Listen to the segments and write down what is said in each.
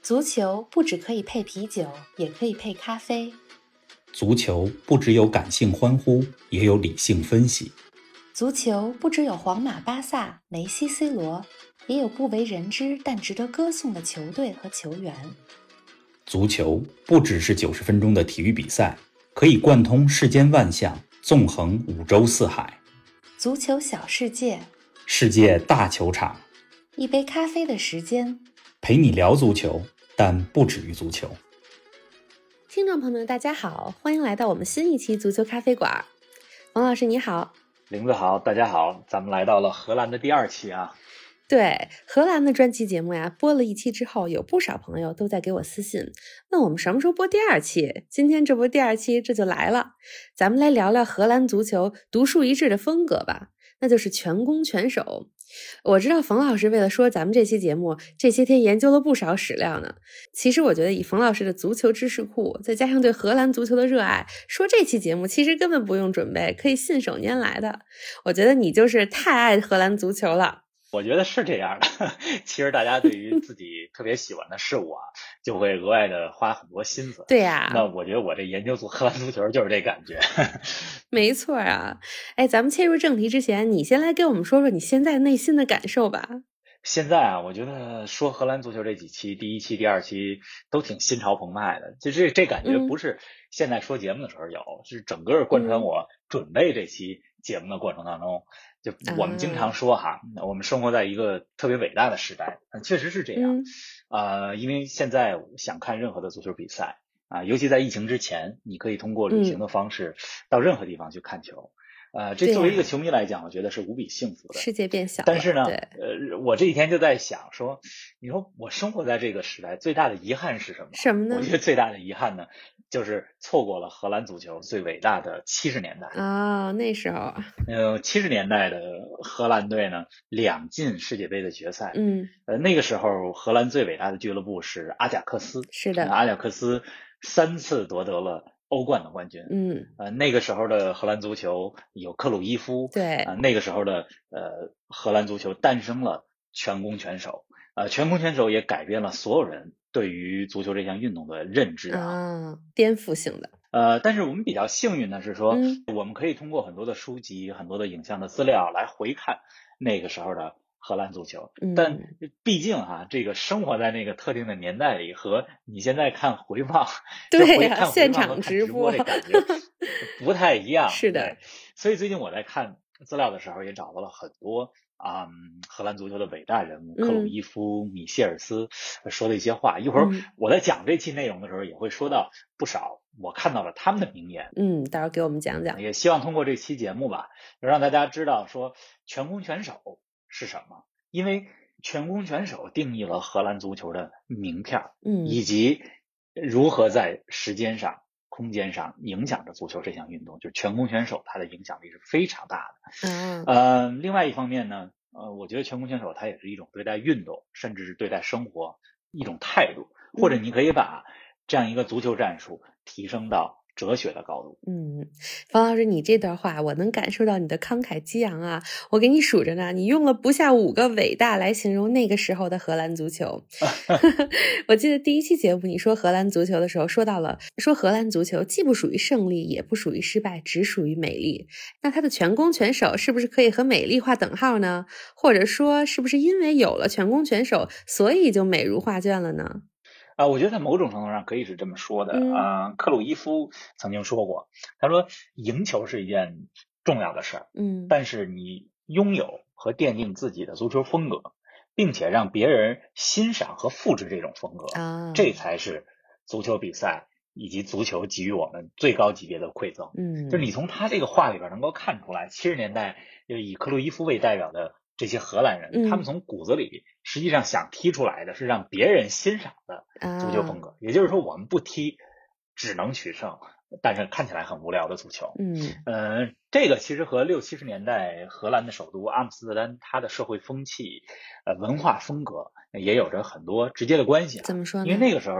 足球不只可以配啤酒，也可以配咖啡。 足球不只有感性欢呼，也有理性分析。 足球不只有皇马、巴萨、梅西、C 罗，也有不为人知但值得歌颂的球队和球员。 足球不只是90分钟的体育比赛，可以贯通世间万象，纵横五洲四海。 足球小世界， 世界大球场， 一杯咖啡的时间， 陪你聊足球，但不止于足球。 听众朋友们，大家好，欢迎来到我们新一期足球咖啡馆。王老师你好。 林子好，大家好，咱们来到了荷兰的第2期啊。 对，荷兰的专辑节目呀，播了1期之后，有不少朋友都在给我私信，问我们什么时候播第2期。今天这播第2期，这就来了。咱们来聊聊荷兰足球独树一帜的风格吧，那就是全攻全守。我知道冯老师为了说咱们这期节目，这些天研究了不少史料呢。其实我觉得以冯老师的足球知识库，再加上对荷兰足球的热爱，说这期节目其实根本不用准备，可以信手拈来的。我觉得你就是太爱荷兰足球了。 我觉得是这样的，其实大家对于自己特别喜欢的事物啊，就会额外的花很多心思。 对呀， 那我觉得我这研究荷兰足球就是这感觉。 没错啊。哎，咱们切入正题之前，你先来给我们说说你现在内心的感受吧。 现在啊，我觉得说荷兰足球这几期，第1期、第2期都挺心潮澎湃的。就这感觉不是现在说节目的时候有，是整个贯穿我准备这期节目的过程当中。就我们经常说哈，我们生活在一个特别伟大的时代，确实是这样。因为现在想看任何的足球比赛啊，尤其在疫情之前，你可以通过旅行的方式到任何地方去看球。这作为一个球迷来讲，我觉得是无比幸福的。 世界变小了。 但是呢，我这几天就在想说，你说我生活在这个时代，最大的遗憾是什么？ 什么呢？ 我觉得最大的遗憾呢，就是错过了荷兰足球最伟大的70年代啊。那时候 ，70年代的荷兰队呢，2进世界杯的决赛。那个时候荷兰最伟大的俱乐部是阿贾克斯。 是的， 阿贾克斯3次夺得了欧冠的冠军。那个时候的荷兰足球有克鲁伊夫。 对， 那个时候的荷兰足球诞生了全攻全守。全攻全守也改变了所有人对于足球这项运动的认知啊， 颠覆性的。 但是我们比较幸运的是说，我们可以通过很多的书籍、很多的影像的资料来回看那个时候的荷兰足球。但毕竟这个生活在那个特定的年代里，和你现在看回放， 对看现场直播这感觉不太一样。 是的， 所以最近我在看资料的时候，也找到了很多荷兰足球的伟大人物，克鲁伊夫、米歇尔斯说的一些话。一会儿我在讲这期内容的时候，也会说到不少我看到了他们的名言。 到时候给我们讲讲。 也希望通过这期节目吧，让大家知道说全攻全守是什么，因为全攻全守定义了荷兰足球的名片，以及如何在时间上、空间上影响着足球这项运动。就是全攻全守，它的影响力是非常大的。另外一方面呢，我觉得全攻全守它也是一种对待运动，甚至是对待生活一种态度，或者你可以把这样一个足球战术提升到哲学的高度。 方老师，你这段话我能感受到你的慷慨激昂啊！我给你数着呢，你用了不下5个伟大来形容那个时候的荷兰足球。我记得第1期节目你说荷兰足球的时候，说荷兰足球既不属于胜利，也不属于失败，只属于美丽。那它的全攻全守是不是可以和美丽划等号呢？或者说，是不是因为有了全攻全守，所以就美如画卷了呢？ 我觉得在某种程度上可以是这么说的。克鲁伊夫曾经说过，他说赢球是一件重要的事儿，但是你拥有和奠定自己的足球风格，并且让别人欣赏和复制这种风格，这才是足球比赛以及足球给予我们最高级别的馈赠。就是你从他这个话里边能够看出来，70年代以克鲁伊夫为代表的这些荷兰人，他们从骨子里实际上想踢出来的是让别人欣赏的足球风格。也就是说，我们不踢只能取胜，但是看起来很无聊的足球。这个其实和60、70年代荷兰的首都阿姆斯特丹它的社会风气、文化风格也有着很多直接的关系。 怎么说呢？ 因为那个时候的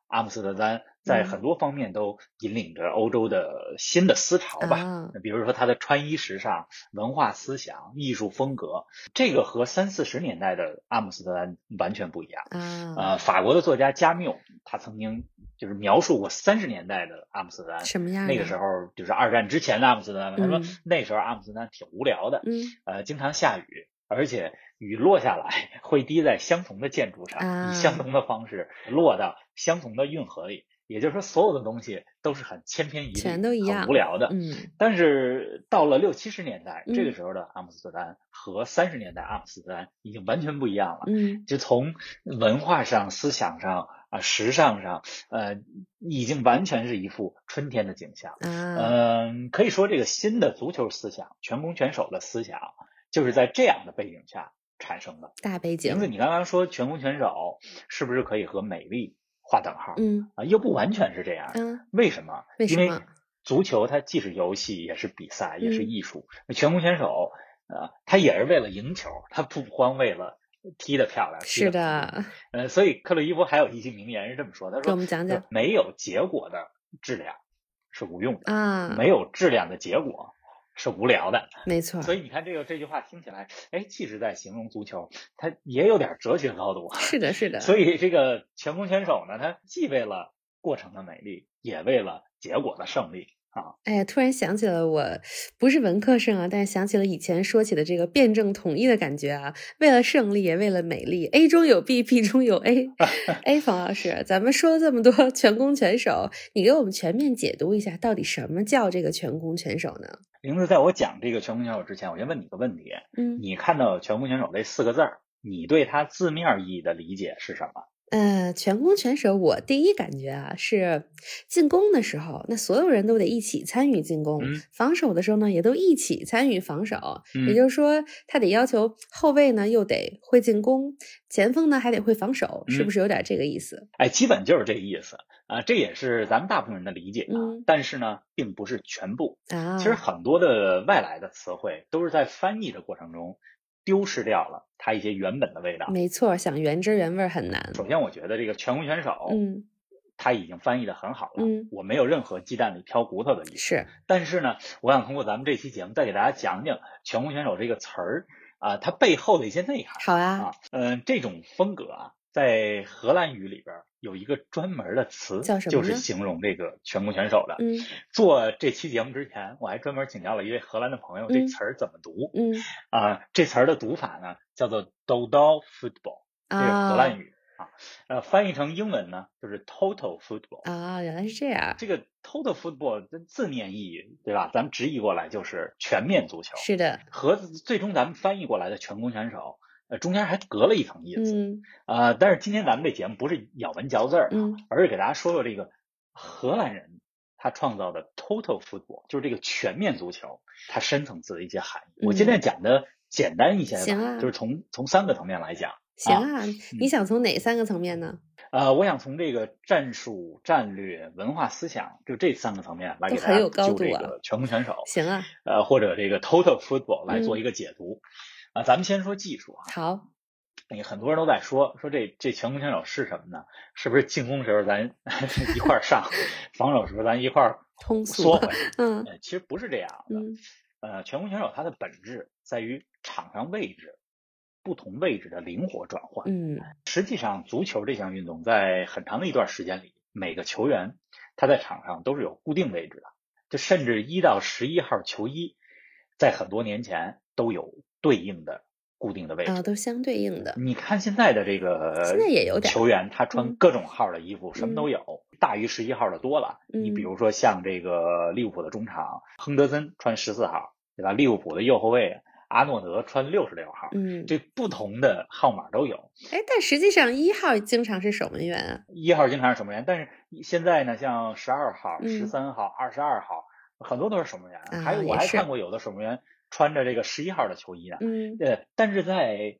阿姆斯特丹在很多方面都引领着欧洲的新的思潮吧。比如说它的穿衣时尚、文化思想、艺术风格，这个和30-40年代的阿姆斯特丹完全不一样。法国的作家加缪他曾经就是描述过30年代的阿姆斯特丹， 什么样？ 那个时候就是二战之前的阿姆斯特丹。他说那时候阿姆斯特丹挺无聊的，经常下雨，而且雨落下来会滴在相同的建筑上，以相同的方式落到相同的运河里。也就是说，所有的东西都是很千篇一律， 全都一样， 很无聊的。但是到了60-70年代，这个时候的阿姆斯特丹和30年代阿姆斯特丹已经完全不一样了。就从文化上、思想上时尚上，已经完全是一副春天的景象。可以说这个新的足球思想、全攻全守的思想，就是在这样的背景下产生的。 大背景。 名字，你刚刚说全攻全守，是不是可以和美丽划等号？又不完全是这样。为什么？因为足球它既是游戏，也是比赛，也是艺术。全攻全守，它也是为了赢球，它不光为了踢得漂亮。 是的。 所以克鲁伊夫还有一句名言是这么说，他说：“ 给我们讲讲， 没有结果的质量是无用的没有质量的结果是无聊的。” 没错。 所以你看这句话听起来，既是在形容足球，它也有点哲学高度。 是的，是的。 所以这个全攻全守呢，它既为了过程的美丽，也为了结果的胜利。 哎呀，突然想起了，我不是文科生但是想起了以前说起的这个辩证统一的感觉为了胜利，也为了美丽 ，A 中有 B，B 中有 A。哎，冯老师，咱们说了这么多全攻全守，你给我们全面解读一下，到底什么叫这个全攻全守呢？ 玲子，在我讲这个全攻全守之前，我先问你个问题。你看到全攻全守这4个字儿，你对它字面意义的理解是什么？ 全攻全守，我第一感觉是进攻的时候，那所有人都得一起参与进攻；防守的时候呢，也都一起参与防守。也就是说，他得要求后卫呢又得会进攻，前锋呢还得会防守，是不是有点这个意思？ 基本就是这个意思这也是咱们大部分人的理解但是呢，并不是全部其实很多的外来的词汇都是在翻译的过程中丢失掉了它一些原本的味道。 没错，想原汁原味很难。 首先我觉得这个全攻全守它已经翻译的很好了我没有任何鸡蛋里挑骨头的意思。 是。 但是呢，我想通过咱们这期节目再给大家讲讲全攻全守这个词儿它背后的一些内涵。 好啊。 这种风格在荷兰语里边有一个专门的词， 叫什么呢？ 就是形容这个全攻全守的。做这期节目之前，我还专门请教了一位荷兰的朋友，这词儿怎么读？这词儿的读法呢，叫做 Total Football， 这是荷兰语翻译成英文呢，就是 Total Football。 原来是这样。 这个 Total Football 的字面意义，对吧？咱们直译过来就是全面足球。 是的。 和最终咱们翻译过来的全攻全守。中间还隔了一层意思。但是今天咱们这节目不是咬文嚼字而是给大家说说这个荷兰人他创造的 total football， 就是这个全面足球，它深层次的一些含义。我今天讲的简单一些吧，就是从3个层面来讲。 行你想从哪3个层面呢？ 我想从这个战术、战略、文化思想，就这3个层面来给大家就这个全攻全守。 行或者这个 total football 来做一个解读。咱们先说技术好。 很多人都在说这全攻全守是什么呢？是不是进攻时候咱一块上，防守时候咱一块缩回？其实不是这样的。全攻全守它的本质在于场上位置不同位置的灵活转换。实际上足球这项运动在很长的一段时间里，每个球员他在场上都是有固定位置的，就甚至1到11号球衣在很多年前都有对应的固定的位置都相对应的。 你看现在的这个现在也有点球员，他穿各种号的衣服，什么都有，大于11号的多了。你比如说像这个利物浦的中场亨德森穿14号，对吧？利物浦的右后卫阿诺德穿66号，这不同的号码都有。 但实际上1号经常是守门员 1号经常是守门员，但是现在呢，像12号、13号、22号，很多都是守门员。我还看过有的守门员穿着这个11号的球衣呢。但是在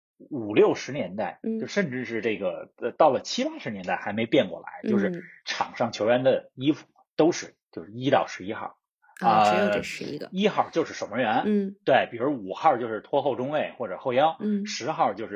50-60年代，就甚至是这个到了70-80年代还没变过来，就是场上球员的衣服都是就是1到11号。 只有这11个。 1号就是守门员。对，比如5号就是拖后中卫或者后腰，10号就是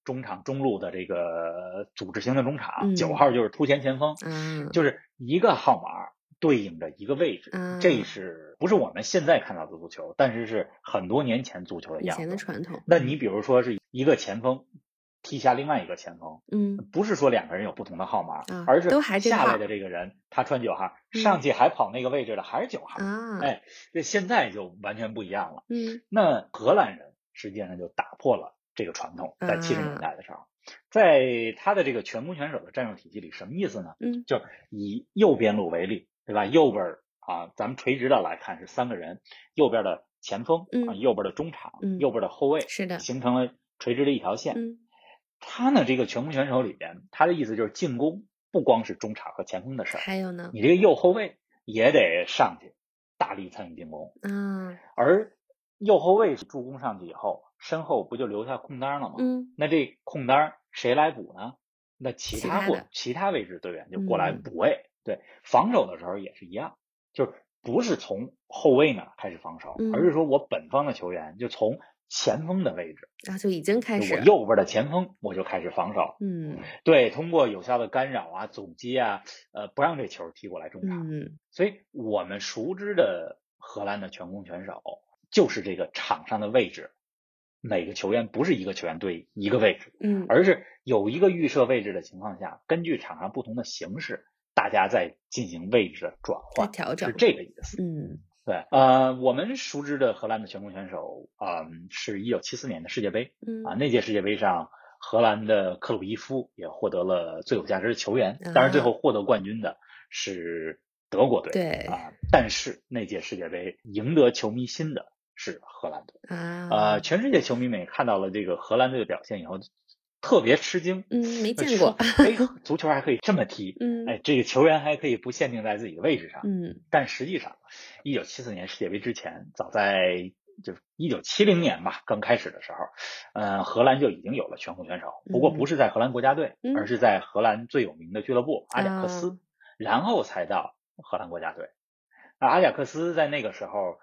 中场中路的这个组织型的中场，9号就是突前前锋，就是一个号码对应着一个位置，这是不是我们现在看到的足球，但是是很多年前足球的样子， 以前的传统。 那你比如说是一个前锋踢下另外一个前锋，不是说2个人有不同的号码，而是下来的这个人他穿9号，上去还跑那个位置的还是9号，这现在就完全不一样了。那荷兰人实际上就打破了这个传统，在70年代的时候，在他的这个全攻全守的战术体系里，什么意思呢？就以右边路为例，对吧？右边咱们垂直的来看是3个人，右边的前锋，右边的中场，右边的后卫， 是的， 形成了垂直的一条线。他呢，这个全攻全守里边，他的意思就是进攻不光是中场和前锋的事儿， 还有呢， 你这个右后卫也得上去大力参与进攻。而右后卫助攻上去以后，身后不就留下空当了吗？那这空当谁来补呢？那其他位置队员就过来补位。对，防守的时候也是一样，就是不是从后卫呢开始防守，而是说我本方的球员就从前锋的位置就已经开始， 我右边的前锋我就开始防守。对，通过有效的干扰啊、阻击啊，不让这球踢过来中场。所以我们熟知的荷兰的全攻全守，就是这个场上的位置，每个球员不是一个球员对一个位置，而是有一个预设位置的情况下，根据场上不同的形势，大家在进行位置的转换， 调整， 是这个意思。对，我们熟知的荷兰的全攻全守，是1974年的世界杯，那届世界杯上，荷兰的克鲁伊夫也获得了最有价值的球员，当然最后获得冠军的是德国队， 对， 但是那届世界杯赢得球迷心的是荷兰队，全世界球迷们看到了这个荷兰队的表现以后，特别吃惊， 没见过， 足球还可以这么踢，这个球员还可以不限定在自己的位置上，但实际上，1974年世界杯之前，早在就是1970年吧，刚开始的时候，荷兰就已经有了全攻全守，不过不是在荷兰国家队，而是在荷兰最有名的俱乐部阿贾克斯，然后才到荷兰国家队。那阿贾克斯在那个时候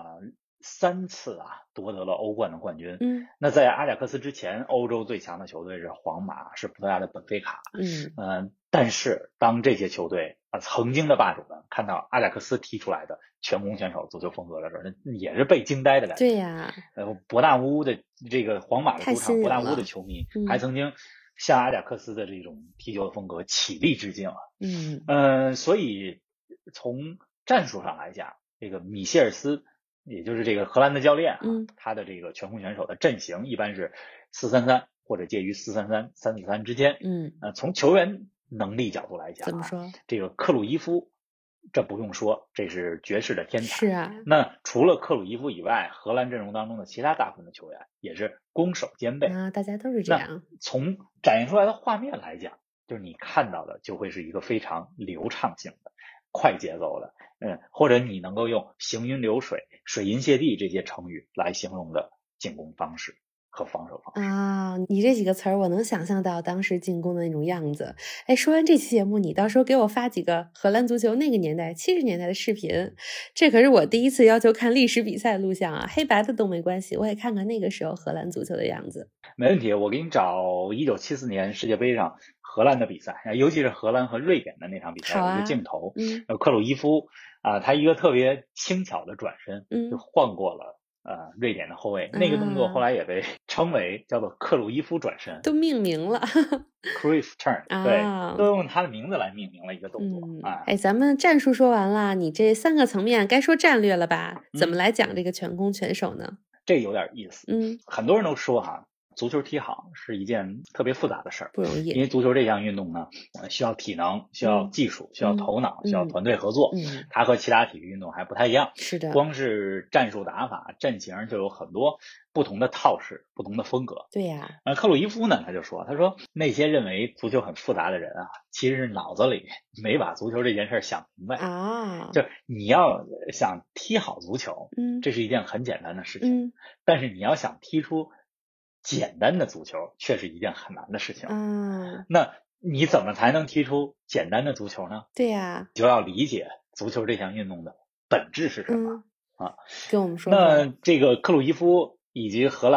3次夺得了欧冠的冠军。那在阿贾克斯之前，欧洲最强的球队是皇马，是葡萄牙的本菲卡。但是当这些球队曾经的霸主们看到阿贾克斯踢出来的全攻全守足球风格的时候，也是被惊呆的感觉。 对呀， 伯纳乌的这个皇马的主场，伯纳乌的球迷还曾经向阿贾克斯的这种踢球的风格起立致敬。所以从战术上来讲，这个米歇尔斯，也就是这个荷兰的教练他的这个全攻全守的阵型一般是4-3-3或者介于4-3-3、3-4-3之间。从球员能力角度来讲， 怎么说？ 这个克鲁伊夫，这不用说，这是绝世的天才。 是啊。 那除了克鲁伊夫以外，荷兰阵容当中的其他大部分的球员也是攻守兼备大家都是这样。 从展现出来的画面来讲，就是你看到的就会是一个非常流畅性的、快节奏的，或者你能够用行云流水、水银泻地这些成语来形容的进攻方式和防守方式。 你这几个词儿我能想象到当时进攻的那种样子。说完这期节目，你到时候给我发几个荷兰足球那个年代70年代的视频，这可是我第一次要求看历史比赛录像黑白的都没关系，我也看看那个时候荷兰足球的样子。 没问题，我给你找1974年世界杯上荷兰的比赛，尤其是荷兰和瑞典的那场比赛的一个镜头。克鲁伊夫他一个特别轻巧的转身，就晃过了瑞典的后卫，那个动作后来也被称为叫做克鲁伊夫转身， 都命名了 Cruyff turn， 对，都用他的名字来命名了一个动作。 咱们战术说完了，你这3个层面该说战略了吧？怎么来讲这个全攻全守呢？ 这有点意思。很多人都说足球踢好是一件特别复杂的事儿， 不容易。 因为足球这项运动呢，需要体能，需要技术，需要头脑，需要团队合作。它和其他体育运动还不太一样。 是的。 光是战术打法、阵型就有很多不同的套式、不同的风格。 对呀。 克鲁伊夫呢，他说那些认为足球很复杂的人其实是脑子里没把足球这件事想明白就你要想踢好足球，这是一件很简单的事情。但是你要想踢出简单的足球却是一件很难的事情。那你怎么才能踢出简单的足球呢？ 对呀， 就要理解足球这项运动的本质是什么。 跟我们说。 那这个克鲁伊夫以及荷兰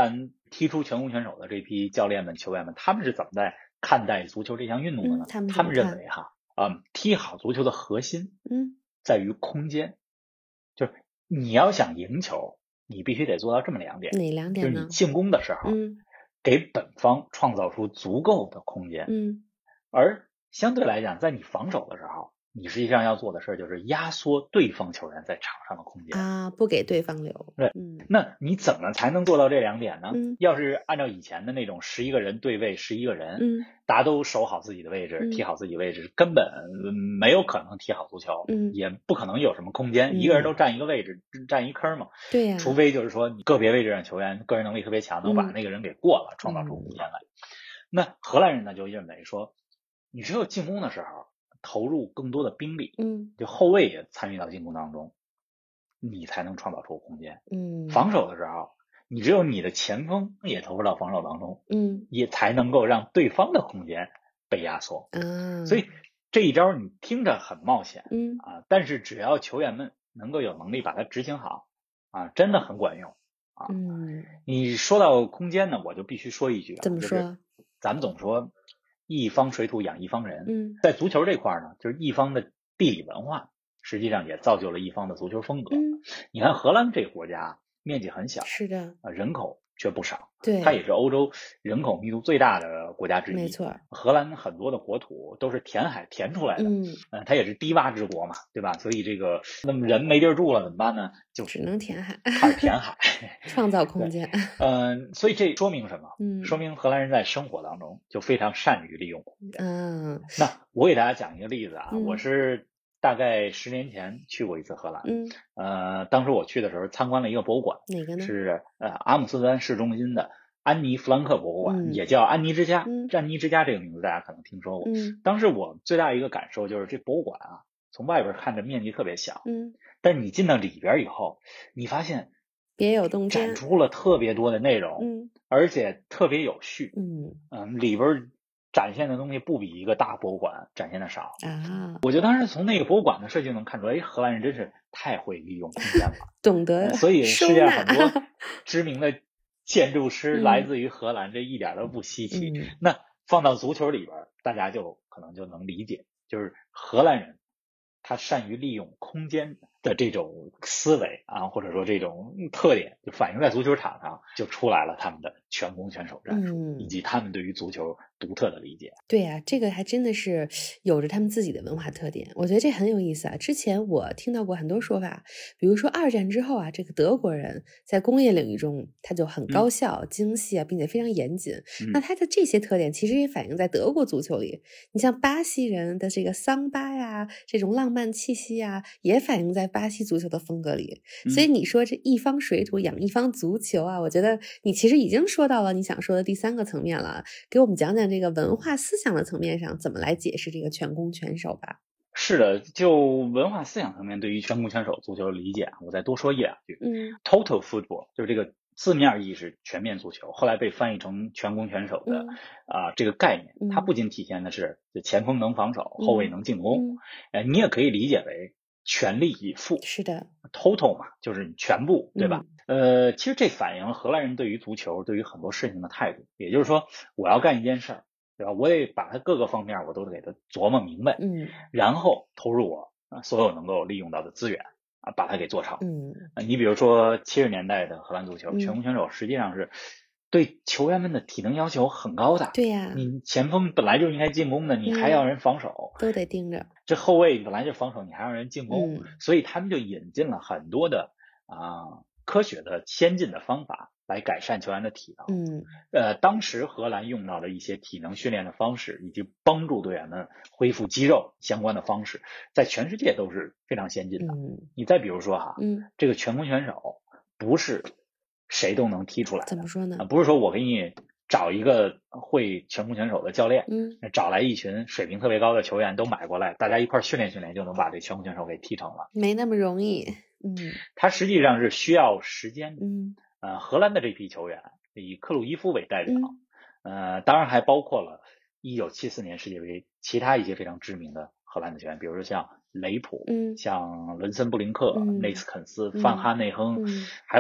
踢出全攻全守的这批教练们、球员们，他们是怎么在看待足球这项运动的呢？他们认为踢好足球的核心在于空间，就是你要想赢球，你必须得做到这么2点。 哪2点呢？ 就是你进攻的时候，给本方创造出足够的空间，而相对来讲，在你防守的时候，你实际上要做的事就是压缩对方球员在场上的空间啊，不给对方留。 对，那你怎么才能做到这2点呢？要是按照以前的那种11个人对位11个人，大家都守好自己的位置，踢好自己位置，根本没有可能踢好足球，也不可能有什么空间，一个人都占一个位置，占一坑嘛。 对呀， 除非就是说你个别位置上球员个人能力特别强，能把那个人给过了，创造出空间来。那荷兰人呢就认为说，你只有进攻的时候投入更多的兵力，就后卫也参与到进攻当中，你才能创造出空间。防守的时候，你只有你的前锋也投入到防守当中，也才能够让对方的空间被压缩。所以这一招你听着很冒险，但是只要球员们能够有能力把它执行好，真的很管用。你说到空间呢，我就必须说一句， 怎么说？ 就是咱们总说一方水土养一方人，在足球这块呢，就是一方的地理文化实际上也造就了一方的足球风格。你看荷兰这个国家面积很小， 是的， 人口却不少， 对， 它也是欧洲人口密度最大的国家之一。 没错， 荷兰很多的国土都是填海填出来的，它也是低洼之国嘛，对吧？所以这个那么人没地儿住了怎么办呢？就只能填海， 开始填海， 创造空间。 所以这说明什么？说明荷兰人在生活当中就非常善于利用空间。那我给大家讲一个例子我是大概10年前去过一次荷兰，当时我去的时候参观了一个博物馆， 哪个呢？ 是阿姆斯特丹市中心的安妮·弗兰克博物馆，也叫安妮之家。安妮之家这个名字大家可能听说过。当时我最大一个感受就是这博物馆从外边看着面积特别小，但是你进到里边以后，你发现别有洞天， 展出了特别多的内容，而且特别有序。里边展现的东西不比一个大博物馆展现的少我就当时从那个博物馆的设计能看出来，荷兰人真是太会利用空间了， 懂得所以世界上很多知名的建筑师来自于荷兰，这一点都不稀奇。那放到足球里边，大家就可能就能理解，就是荷兰人他善于利用空间的这种思维或者说这种特点，就反映在足球场上，就出来了他们的全攻全守战术，以及他们对于足球独特的理解。 对啊，这个还真的是有着他们自己的文化特点，我觉得这很有意思之前我听到过很多说法，比如说2战之后这个德国人在工业领域中他就很高效、精细并且非常严谨。那他的这些特点其实也反映在德国足球里。你像巴西人的这个桑巴这种浪漫气息也反映在巴西足球的风格里。所以你说这一方水土养一方足球我觉得你其实已经说到了你想说的第3个层面了，给我们讲讲这个文化思想的层面上怎么来解释这个全攻全守吧。 是的，就文化思想层面对于全攻全守足球的理解我再多说1-2句。Total football 就是这个字面意义是全面足球，后来被翻译成全攻全守的这个概念，它不仅体现的是前锋能防守，后卫能进攻，你也可以理解为全力以赴。 是的 ，total 嘛，就是全部，对吧？其实这反映了荷兰人对于足球、对于很多事情的态度。也就是说，我要干一件事儿，对吧？我得把它各个方面我都得给它琢磨明白，然后投入我所有能够利用到的资源把它给做成。你比如说70年代的荷兰足球，全攻全守实际上是对球员们的体能要求很高的。 对呀， 你前锋本来就应该进攻的，你还要人防守， 都得盯着。 这后卫本来就防守，你还让人进攻，所以他们就引进了很多的科学的先进的方法来改善球员的体能。当时荷兰用到的一些体能训练的方式，以及帮助队员们恢复肌肉相关的方式，在全世界都是非常先进的。你再比如说这个全攻全守不是谁都能踢出来的。 怎么说呢？ 不是说我给你找一个会全攻全守的教练，找来一群水平特别高的球员都买过来，大家一块训练训练就能把这全攻全守给踢成了， 没那么容易。 它实际上是需要时间的。荷兰的这批球员以克鲁伊夫为代表，当然还包括了1974年世界杯其他一些非常知名的荷兰的球员，比如说像雷普，像伦森布林克，内斯肯斯，范哈内亨，还有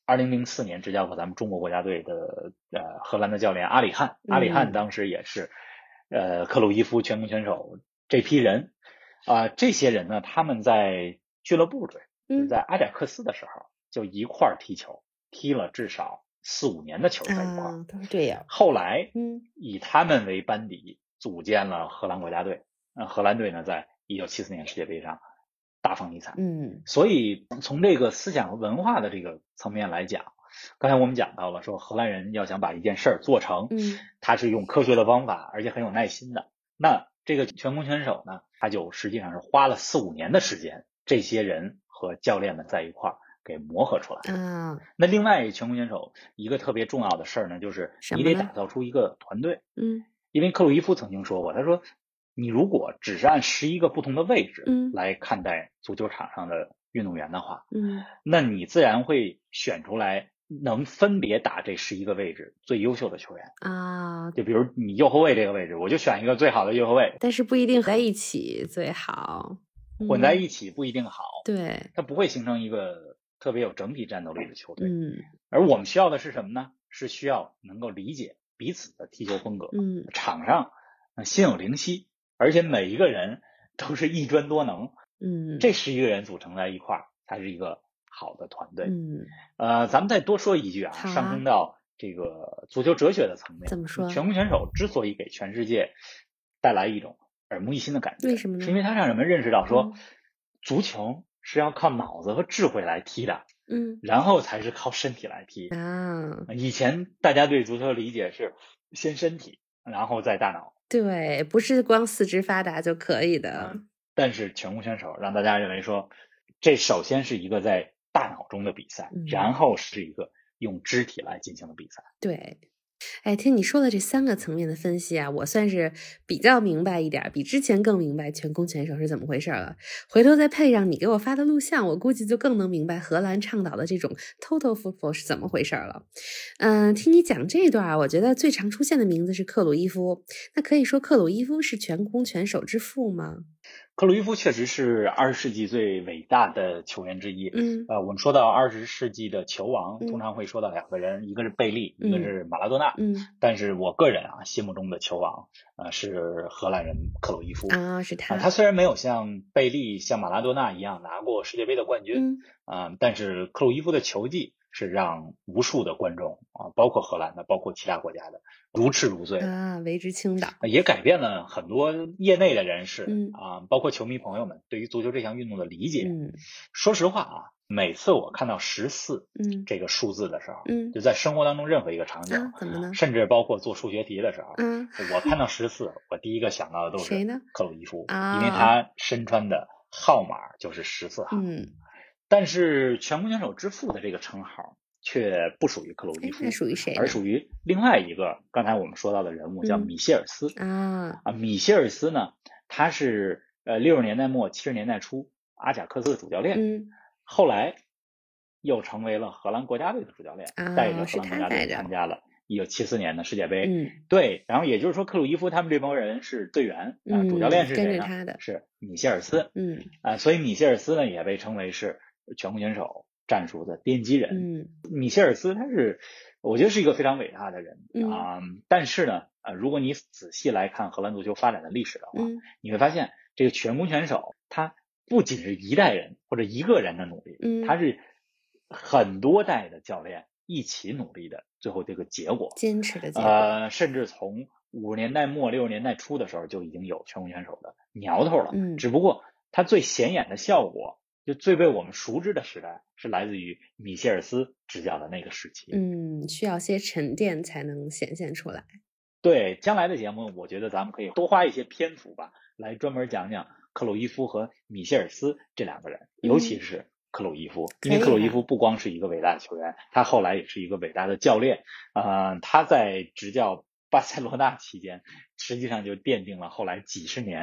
2004年执教过咱们中国国家队的荷兰的教练阿里汉，阿里汉当时也是克鲁伊夫全攻全守这批人这些人呢，他们在俱乐部队，就是在阿贾克斯的时候就一块儿踢球，踢了至少4-5年的球在一块儿， 都是队友。 后来以他们为班底组建了荷兰国家队，荷兰队呢在1974年世界杯上大放异彩。所以从这个思想和文化的这个层面来讲，刚才我们讲到了说荷兰人要想把一件事儿做成，他是用科学的方法，而且很有耐心的。那这个全攻全守呢，他就实际上是花了4-5年的时间，这些人和教练们在一块儿给磨合出来。那另外全攻全守一个特别重要的事儿呢，就是你得打造出一个团队。因为克鲁伊夫曾经说过，他说你如果只是按11个不同的位置来看待足球场上的运动员的话，那你自然会选出来能分别打这11个位置最优秀的球员就比如你右后卫这个位置，我就选一个最好的右后卫， 但是不一定在一起最好， 混在一起不一定好， 对， 它不会形成一个特别有整体战斗力的球队。而我们需要的是什么呢？是需要能够理解彼此的踢球风格，场上心有灵犀，而且每一个人都是一专多能，这11个人组成在一块儿才是一个好的团队。咱们再多说一句上升到这个足球哲学的层面， 怎么说？ 全攻全守之所以给全世界带来一种耳目一新的感觉， 为什么呢？ 是因为它让人们认识到说，足球是要靠脑子和智慧来踢的，然后才是靠身体来踢以前大家对足球的理解是先身体，然后再大脑， 对，不是光四肢发达就可以的。 但是全攻全守让大家认为说，这首先是一个在大脑中的比赛，然后是一个用肢体来进行的比赛。 对。听你说的这3个层面的分析我算是比较明白一点，比之前更明白全攻全守是怎么回事了。回头再配上你给我发的录像，我估计就更能明白荷兰倡导的这种 total football 是怎么回事了。听你讲这段我觉得最常出现的名字是克鲁伊夫，那可以说克鲁伊夫是全攻全守之父吗？ 克鲁伊夫确实是20世纪最伟大的球员之一。我们说到20世纪的球王，通常会说到2个人，一个是贝利，一个是马拉多纳。但是我个人心目中的球王是荷兰人克鲁伊夫是他。 他虽然没有像贝利、像马拉多纳一样拿过世界杯的冠军，但是克鲁伊夫的球技是让无数的观众包括荷兰的，包括其他国家的如痴如醉为之倾倒， 也改变了很多业内的人士包括球迷朋友们对于足球这项运动的理解。说实话每次我看到14这个数字的时候，就在生活当中任何一个场景， 怎么呢？ 甚至包括做数学题的时候，我看到14，我第一个想到的都是谁呢？ 克鲁伊夫，因为他身穿的号码就是14号。但是全攻全守之父的这个称号却不属于克鲁伊夫， 那属于谁？ 而属于另外一个刚才我们说到的人物，叫米歇尔斯。米歇尔斯呢，他是60年代末70年代初阿贾克斯的主教练，后来又成为了荷兰国家队的主教练，带着荷兰国家队参加了1974年的世界杯。对，然后也就是说克鲁伊夫他们这帮人是队员，主教练是谁呢？是米歇尔斯。所以米歇尔斯呢也被称为是全攻全守战术的奠基人。米歇尔斯他是我觉得是一个非常伟大的人但是呢如果你仔细来看荷兰足球发展的历史的话，你会发现这个全攻全守他不仅是一代人或者一个人的努力，他是很多代的教练一起努力的最后这个结果， 坚持的结果。 甚至从50年代末60年代初的时候就已经有全攻全守的苗头了。只不过它最显眼的效果，就最被我们熟知的时代是来自于米歇尔斯执教的那个时期。 需要些沉淀才能显现出来。 对，将来的节目我觉得咱们可以多花一些篇幅吧，来专门讲讲克鲁伊夫和米歇尔斯这2个人，尤其是克鲁伊夫，因为克鲁伊夫不光是一个伟大的球员，他后来也是一个伟大的教练。他在执教巴塞罗那期间，实际上就奠定了后来几十年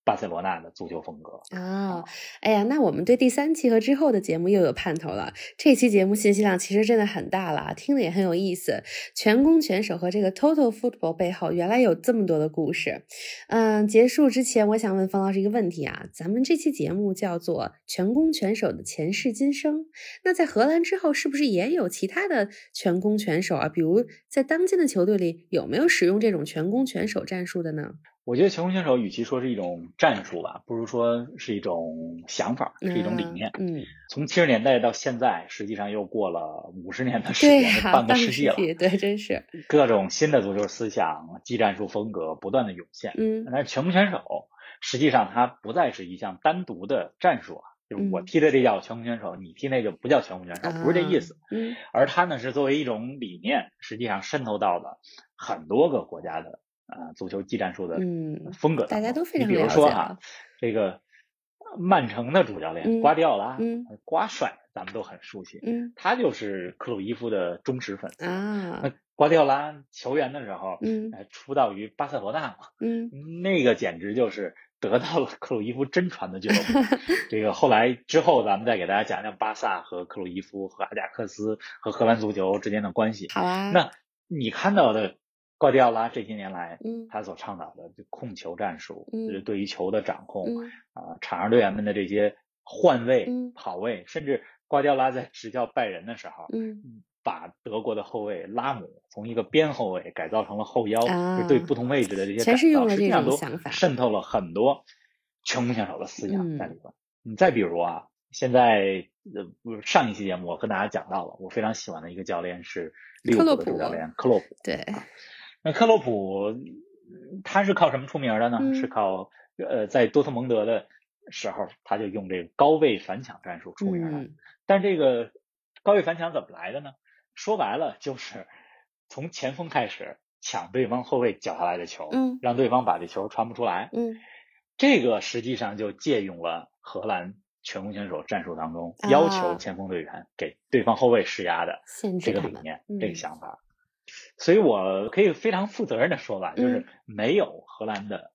巴塞罗那的足球风格。 哎呀，那我们对第3期和之后的节目又有盼头了。这期节目信息量其实真的很大了，听的也很有意思。全攻全守和这个 Total Football 背后原来有这么多的故事。结束之前我想问冯老师一个问题啊，咱们这期节目叫做全攻全守的前世今生，那在荷兰之后是不是也有其他的全攻全守啊？比如在当今的球队里有没有使用这种全攻全守战术的呢？ 我觉得全攻全守与其说是一种战术吧，不如说是一种想法，是一种理念。从70年代到现在，实际上又过了50年的时间，半个世纪了。 对，真是各种新的足球思想、技战术风格不断的涌现。但是全攻全守实际上它不再是一项单独的战术啊，就是我踢的这叫全攻全守，你踢那就不叫全攻全守，不是这意思。而它呢是作为一种理念，实际上渗透到了很多个国家的足球技战术的风格， 大家都非常了解。比如说这个曼城的主教练瓜迪奥拉，瓜帅咱们都很熟悉，他就是克鲁伊夫的忠实粉丝那瓜迪奥拉球员的时候，出道于巴塞罗那嘛，那个简直就是得到了克鲁伊夫真传的俱乐部。这个后来之后，咱们再给大家讲讲巴萨和克鲁伊夫和阿贾克斯和荷兰足球之间的关系。 好啊， 那你看到的瓜迪奥拉这些年来，他所倡导的控球战术，对于球的掌控，场上队员们的这些换位、跑位，甚至瓜迪奥拉在执教拜仁的时候，把德国的后卫拉姆从一个边后卫改造成了后腰，就对不同位置的这些改造，实际上都渗透了很多全攻全守的思想在里边。你再比如现在上一期节目我跟大家讲到了，我非常喜欢的一个教练是利物浦的主教练克洛普。 对。 那克洛普他是靠什么出名的呢？是靠在多特蒙德的时候，他就用这个高位反抢战术出名了。但这个高位反抢怎么来的呢？说白了就是从前锋开始抢对方后卫脚下来的球，让对方把这球传不出来。这个实际上就借用了荷兰全攻全守战术当中要求前锋队员给对方后卫施压的这个理念，这个想法。所以我可以非常负责任的说吧，就是没有荷兰的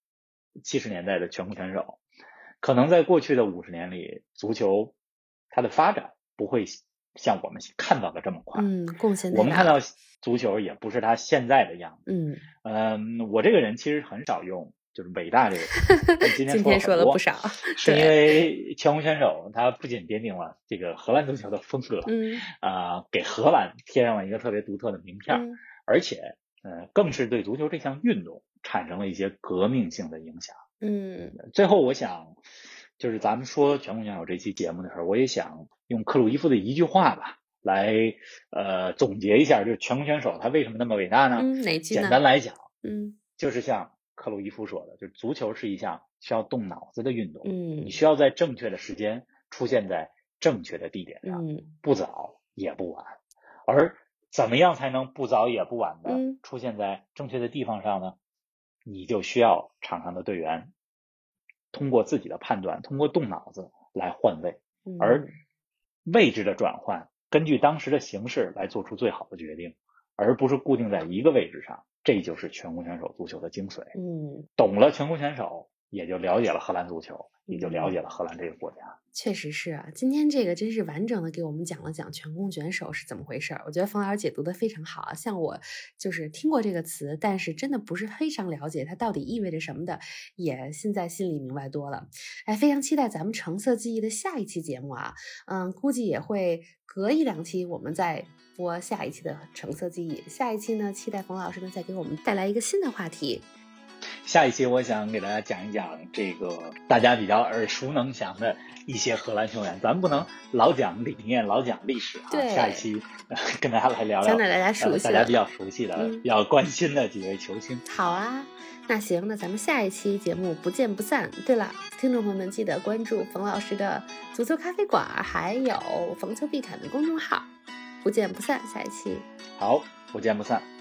70年代的全攻全守，可能在过去的50年里，足球它的发展不会像我们看到的这么快。 贡献我们看到足球也不是它现在的样子。我这个人其实很少用就是伟大这个词，今天说了不少， 是因为全攻全守它不仅奠定了这个荷兰足球的风格，给荷兰贴上了一个特别独特的名片，而且更是对足球这项运动产生了一些革命性的影响。最后我想就是咱们说全攻全守这期节目的时候，我也想用克鲁伊夫的一句话吧来总结一下，就是全攻全守它为什么那么伟大呢？ 哪句呢？ 简单来讲，就是像克鲁伊夫说的，就是足球是一项需要动脑子的运动，你需要在正确的时间出现在正确的地点上，不早也不晚。而怎么样才能不早也不晚的出现在正确的地方上呢？你就需要场上的队员通过自己的判断，通过动脑子来换位，而位置的转换根据当时的形势来做出最好的决定，而不是固定在一个位置上。这就是全攻全守足球的精髓。懂了全攻全守，也就了解了荷兰足球，也就了解了荷兰这个国家。 确实是啊，今天这个真是完整的给我们讲了讲全攻全守是怎么回事。我觉得冯老师解读的非常好啊，像我就是听过这个词，但是真的不是非常了解它到底意味着什么的，也现在心里明白多了。非常期待咱们橙色记忆的下一期节目啊，估计也会隔1-2期我们再播下一期的橙色记忆。下一期呢，期待冯老师呢再给我们带来一个新的话题。 下一期我想给大家讲一讲这个大家比较耳熟能详的一些荷兰球员，咱们不能老讲理念，老讲历史啊。下一期跟大家来聊聊讲点大家熟悉的、 大家比较熟悉的、比较关心的几位球星。 好啊，那行，那咱们下一期节目不见不散。对了，听众朋友们记得关注冯老师的足球咖啡馆，还有冯球必侃的公众号。不见不散，下一期。 好，不见不散。